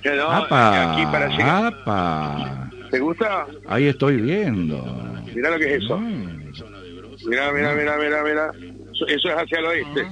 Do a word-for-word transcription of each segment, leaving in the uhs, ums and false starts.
No, aquí para ¡Apa! llegar. ¡Apa! ¿Te gusta? Ahí estoy viendo. Mirá lo que es eso. Mm. Mirá, mirá, mirá, mirá, mirá. Eso, eso es hacia el oeste.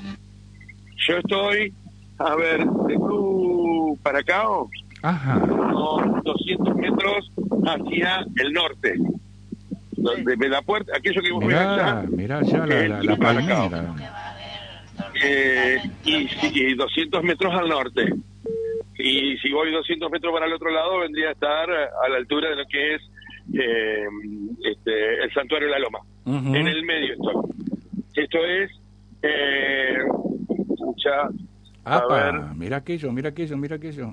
Yo estoy, a ver, de Cruz para acá, o Ajá. unos doscientos metros hacia el norte. Donde de la puerta, aquello que vos ves Mirá, allá, mirá ya la, es la, el la Club Maracao. palmera. Eh, y, y doscientos metros al norte. Y si voy doscientos metros para el otro lado, vendría a estar a la altura de lo que es eh, este, el Santuario de la Loma. Uh-huh. En el medio esto. Esto es... Eh, escucha, a ¡Apa! ver... Mirá aquello, mirá aquello, mirá aquello.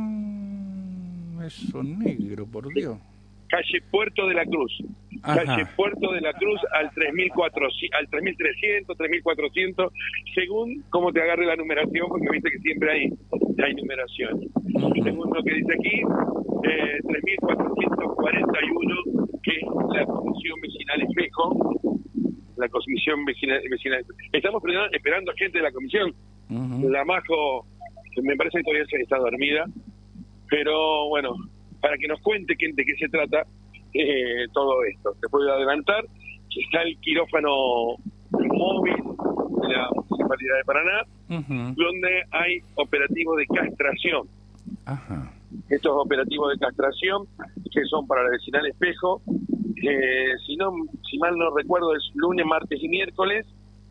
Mm, eso negro, por Dios. Calle Puerto de la Cruz. Ajá. Calle Puerto de la Cruz al tres mil cuatrocientos, al tres mil trescientos, tres mil cuatrocientos, según cómo te agarre la numeración, porque viste que siempre hay, hay numeración. Uh-huh. Según lo que dice aquí, eh, tres mil cuatrocientos cuarenta y uno, que es la Comisión Vecinal Espejo. La Comisión Vecinal, vecinal Estamos esperando a gente de la comisión. Uh-huh. La Majo, me parece que todavía está dormida, pero bueno, para que nos cuente qué, de qué se trata eh, todo esto. Te puedo adelantar que está el quirófano móvil de la Municipalidad de Paraná, uh-huh. donde hay operativos de castración. Ajá. Estos operativos de castración, que son para la vecinal Espejo, eh, si no, si mal no recuerdo, es lunes, martes y miércoles,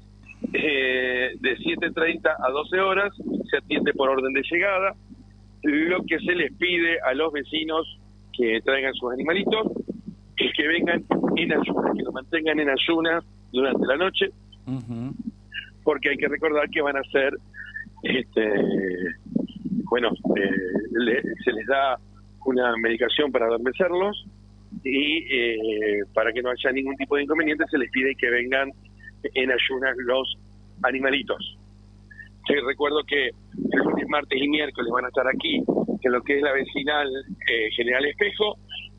eh, de siete treinta a doce horas, se atiende por orden de llegada. Lo que se les pide a los vecinos que traigan sus animalitos es que vengan en ayunas, que lo mantengan en ayunas durante la noche, uh-huh. porque hay que recordar que van a ser, este, bueno, eh, le, se les da una medicación para adormecerlos y eh, para que no haya ningún tipo de inconveniente se les pide que vengan en ayunas los animalitos. Te recuerdo que el lunes, martes y miércoles van a estar aquí, en lo que es la vecinal eh, General Espejo,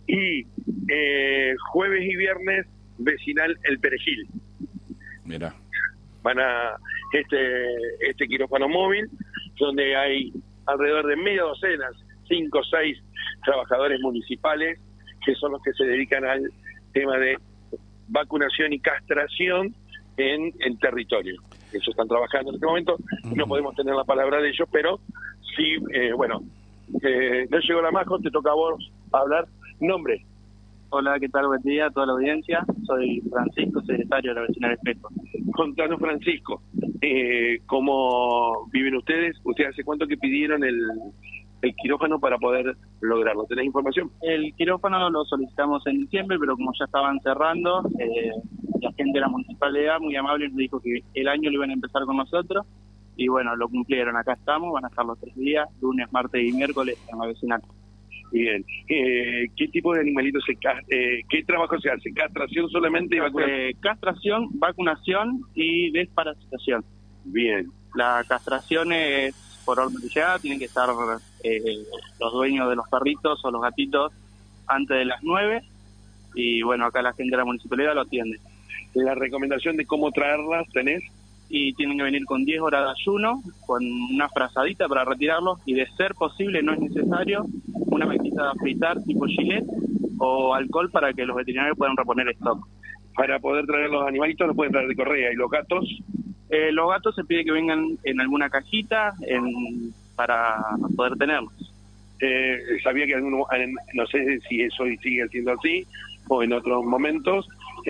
y eh, jueves y viernes vecinal El Perejil. Mira. Van a este este quirófano móvil, donde hay alrededor de media docena, cinco o seis trabajadores municipales, que son los que se dedican al tema de vacunación y castración en el territorio. Eso están trabajando en este momento, uh-huh. No podemos tener la palabra de ellos, pero sí, eh, bueno, eh, no llegó la Majo, te toca a vos hablar. Nombre. Hola, ¿qué tal? Buen día a toda la audiencia. Soy Francisco, secretario de la Vecinal Espejo. Contanos, Francisco, eh, ¿cómo viven ustedes? ¿Ustedes hace cuánto que pidieron el, el quirófano para poder lograrlo? ¿Tenés información? El quirófano lo solicitamos en diciembre, pero como ya estaban cerrando, eh, la gente de la municipalidad muy amable nos dijo que el año lo iban a empezar con nosotros, y bueno, lo cumplieron. Acá estamos, van a estar los tres días, lunes, martes y miércoles en la vecinal. Bien. Eh, ¿Qué tipo de animalitos se eh, qué trabajo se hace? ¿Castración solamente y vacunación? Eh, castración, vacunación y desparasitación. Bien. La castración es por orden de llegada, tienen que estar eh, los dueños de los perritos o los gatitos antes de las nueve, y bueno, acá la gente de la municipalidad lo atiende. La recomendación de cómo traerlas tenés. Y tienen que venir con diez horas de ayuno, con una frazadita para retirarlos, y de ser posible, no es necesario, una mesita de afeitar tipo gilet o alcohol para que los veterinarios puedan reponer stock. Para poder traer los animalitos los pueden traer de correa. ¿Y los gatos? Eh, los gatos se pide que vengan en alguna cajita en, para poder tenerlos. Eh, sabía que algunos, no sé si eso sigue siendo así o en otros momentos,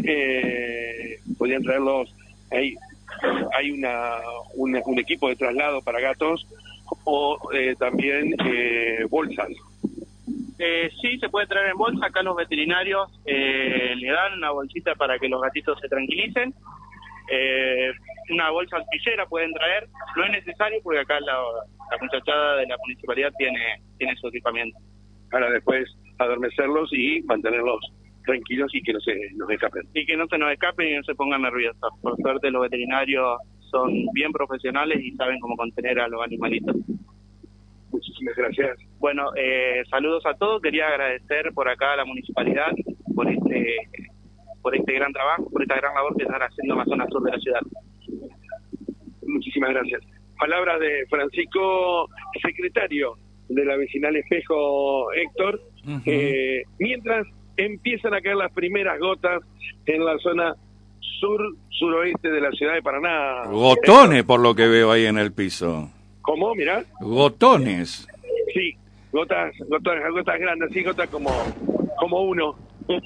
eh, podían traerlos ahí. Hay una, una un equipo de traslado para gatos o eh, también eh, bolsas. Eh, sí, se puede traer en bolsa. Acá los veterinarios eh, le dan una bolsita para que los gatitos se tranquilicen. Eh, una bolsa alpillera pueden traer. No es necesario porque acá la, la muchachada de la municipalidad tiene, tiene su equipamiento. Para después adormecerlos y mantenerlos tranquilos y que no se nos escapen. Y que no se nos escapen y no se pongan nerviosos. Por suerte los veterinarios son bien profesionales y saben cómo contener a los animalitos. Muchísimas gracias. Bueno, eh, saludos a todos. Quería agradecer por acá a la municipalidad por este por este gran trabajo, por esta gran labor que están haciendo en la zona sur de la ciudad. Muchísimas gracias. Palabras de Francisco, secretario de la vecinal Espejo, Héctor, Uh-huh. eh, mientras empiezan a caer las primeras gotas en la zona sur, suroeste de la ciudad de Paraná. Gotones, por lo que veo ahí en el piso. ¿Cómo? Mirá. Gotones. Sí, gotas, gotas, gotas grandes, sí, gotas como, como uno.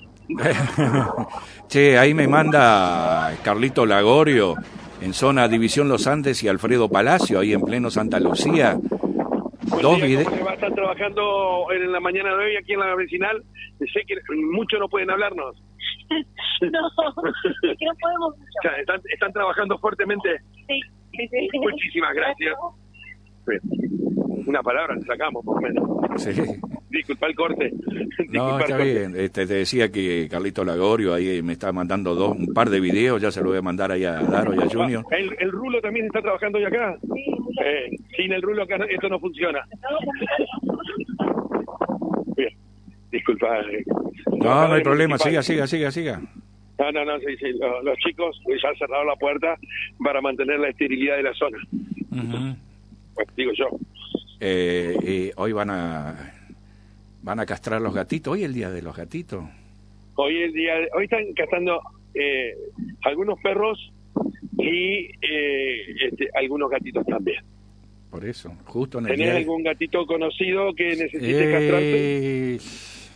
Che, ahí me manda Carlito Lagorio, en zona División Los Andes y Alfredo Palacio, ahí en pleno Santa Lucía. Buen Dos día, videos. ¿cómo le va a estar trabajando en la mañana de hoy aquí en la vecinal? Sé que muchos no pueden hablarnos. No, es que no podemos mucho. O sea, están, están trabajando fuertemente. Sí, sí, sí. Muchísimas gracias. Una palabra sacamos, por lo menos. Sí. Disculpa el corte. No, Disculpa está el corte. bien. Este, te decía que Carlito Lagorio ahí me está mandando dos, un par de videos, ya se lo voy a mandar ahí a Daro y a Junior. Ah, el, el rulo también está trabajando hoy acá. Sí, Eh, sin el rulo acá no- esto no funciona. Bien, disculpa. eh. No, no hay problema, Municipal. siga, siga, siga, siga. No, no, no, sí, sí. Los, los chicos ya han cerrado la puerta para mantener la esterilidad de la zona. Uh-huh. Pues digo yo. eh, eh, hoy van a van a castrar los gatitos, hoy es el día de los gatitos. Hoy el día, hoy están cazando eh, algunos perros y eh, este, algunos gatitos también. Por eso, justo en el ¿Tenés día de- algún gatito conocido que necesite castrarse? Eh,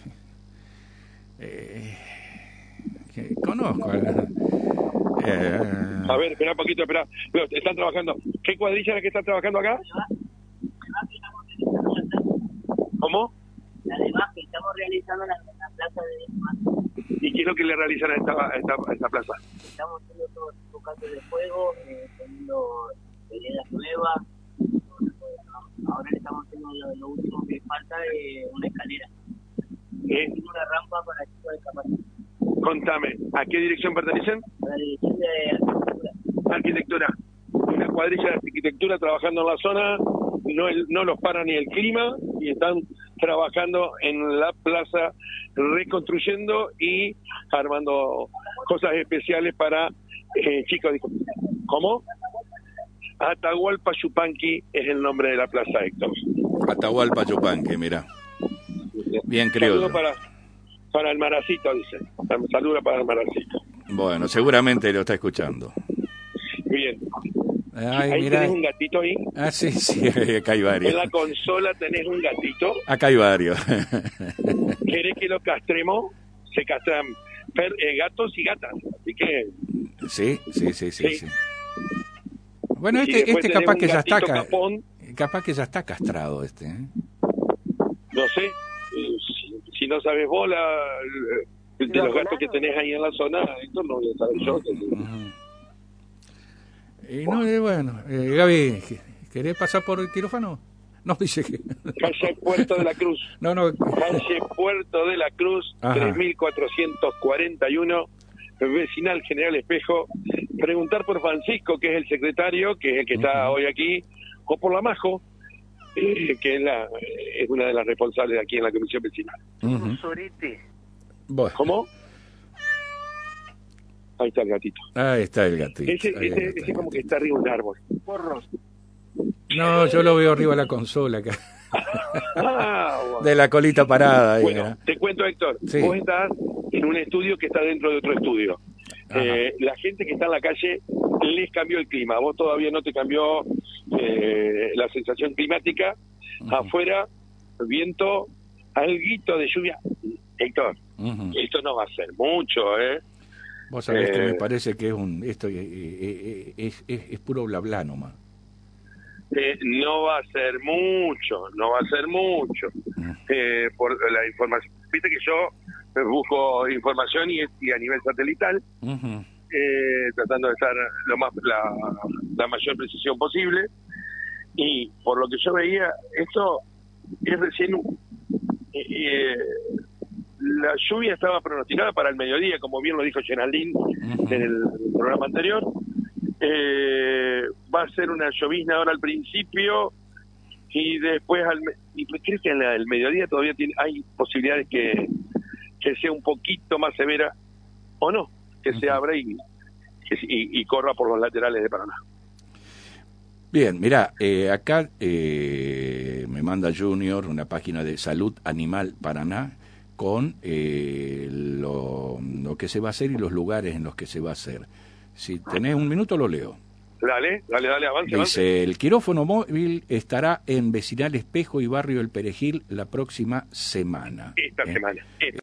eh, que conozco. Eh, A ver, espera un poquito, espera. Pero están trabajando. ¿Qué cuadrilla es la que está trabajando acá? ¿Cómo? La de más que estamos realizando en la, en la plaza de más. ¿Y qué es lo que le realizan a esta, a esta, a esta plaza? Estamos haciendo todo tipo de casos de juego, eh, poniendo veredas nuevas. Ahora le estamos haciendo lo, lo último que falta de una escalera. ¿Eh? Y una rampa para chicos de capacidad. Contame, ¿a qué dirección pertenecen? La dirección de arquitectura. Arquitectura. Una cuadrilla de arquitectura trabajando en la zona, no, el, no los para ni el clima y están trabajando en la plaza, reconstruyendo y armando cosas especiales para eh, chicos. ¿Cómo? Atahualpa Yupanqui es el nombre de la plaza, Héctor. Atahualpa Yupanqui, mira. Bien Saludo criollo. para, para el Maracito, dice. Saludo para el Maracito. Bueno, seguramente lo está escuchando. Bien. Ay, Ahí mira. tenés un gatito ahí. Ah, sí, sí, acá hay En varios. la consola tenés un gatito. Acá hay varios. ¿Querés que lo castremos? Se castran per- eh, gatos y gatas. Así que, Sí, sí, sí, sí, Sí. sí. Bueno, y este, después este tenés capaz un que ya está gatito ca- capón, capaz que ya está castrado este, ¿eh? no sé. eh, Si, si no sabes vos, la, el- de los gatos que tenés ahí en la zona, esto no voy a saber yo. Ujú. Y no, eh, bueno, eh, Gaby, ¿querés pasar por el quirófano? No, dice que... Calle Puerto de la Cruz. No, no, Calle Puerto de la Cruz, Ajá. tres mil cuatrocientos cuarenta y uno, vecinal General Espejo. Preguntar por Francisco, que es el secretario, que es el que está Ujú. hoy aquí, o por la Majo, eh, que es, la, es una de las responsables aquí en la comisión vecinal. ujú. Bueno, ¿Cómo? Ahí está el gatito. ahí está el gatito. Ese, ahí ese, está ese el como que gatito. está arriba de un árbol. No, yo lo veo arriba de la consola acá. Ah, bueno. De la colita parada. Ahí, Bueno, ¿verdad? te cuento, Héctor. Sí. Vos estás en un estudio que está dentro de otro estudio. Ajá. Eh, la gente que está en la calle les cambió el clima. Vos todavía no te cambió eh, la sensación climática. Ujú. Afuera, viento, alguito de lluvia. Héctor, Ujú. esto no va a ser mucho, ¿eh? Vos sabés que Eh, me parece que es un esto eh, eh, eh, es, es, es puro bla bla nomás. Eh, no va a ser mucho, no va a ser mucho. Eh, por la información. Viste que yo eh, busco información y, y a nivel satelital, Ujú. eh, tratando de estar lo más la, la mayor precisión posible. Y por lo que yo veía, esto es recién. Eh, eh, la lluvia estaba pronosticada para el mediodía, como bien lo dijo Geraldine Ujú. en el programa anterior. Eh, va a ser una llovizna ahora al principio y después al me- y ¿crees que en la- el mediodía todavía tiene, hay posibilidades que, que sea un poquito más severa o no, que se Ujú. abra y, que- y, y corra por los laterales de Paraná? Bien, mira, eh, acá eh, me me manda Junior, una página de Salud Animal Paraná, con eh, lo, lo que se va a hacer y los lugares en los que se va a hacer. Si tenés un minuto lo leo. Dale, dale, dale, avance, Dice, avance. el quirófano móvil estará en Vecinal Espejo y Barrio El Perejil la próxima semana. Esta ¿eh? semana. Esta.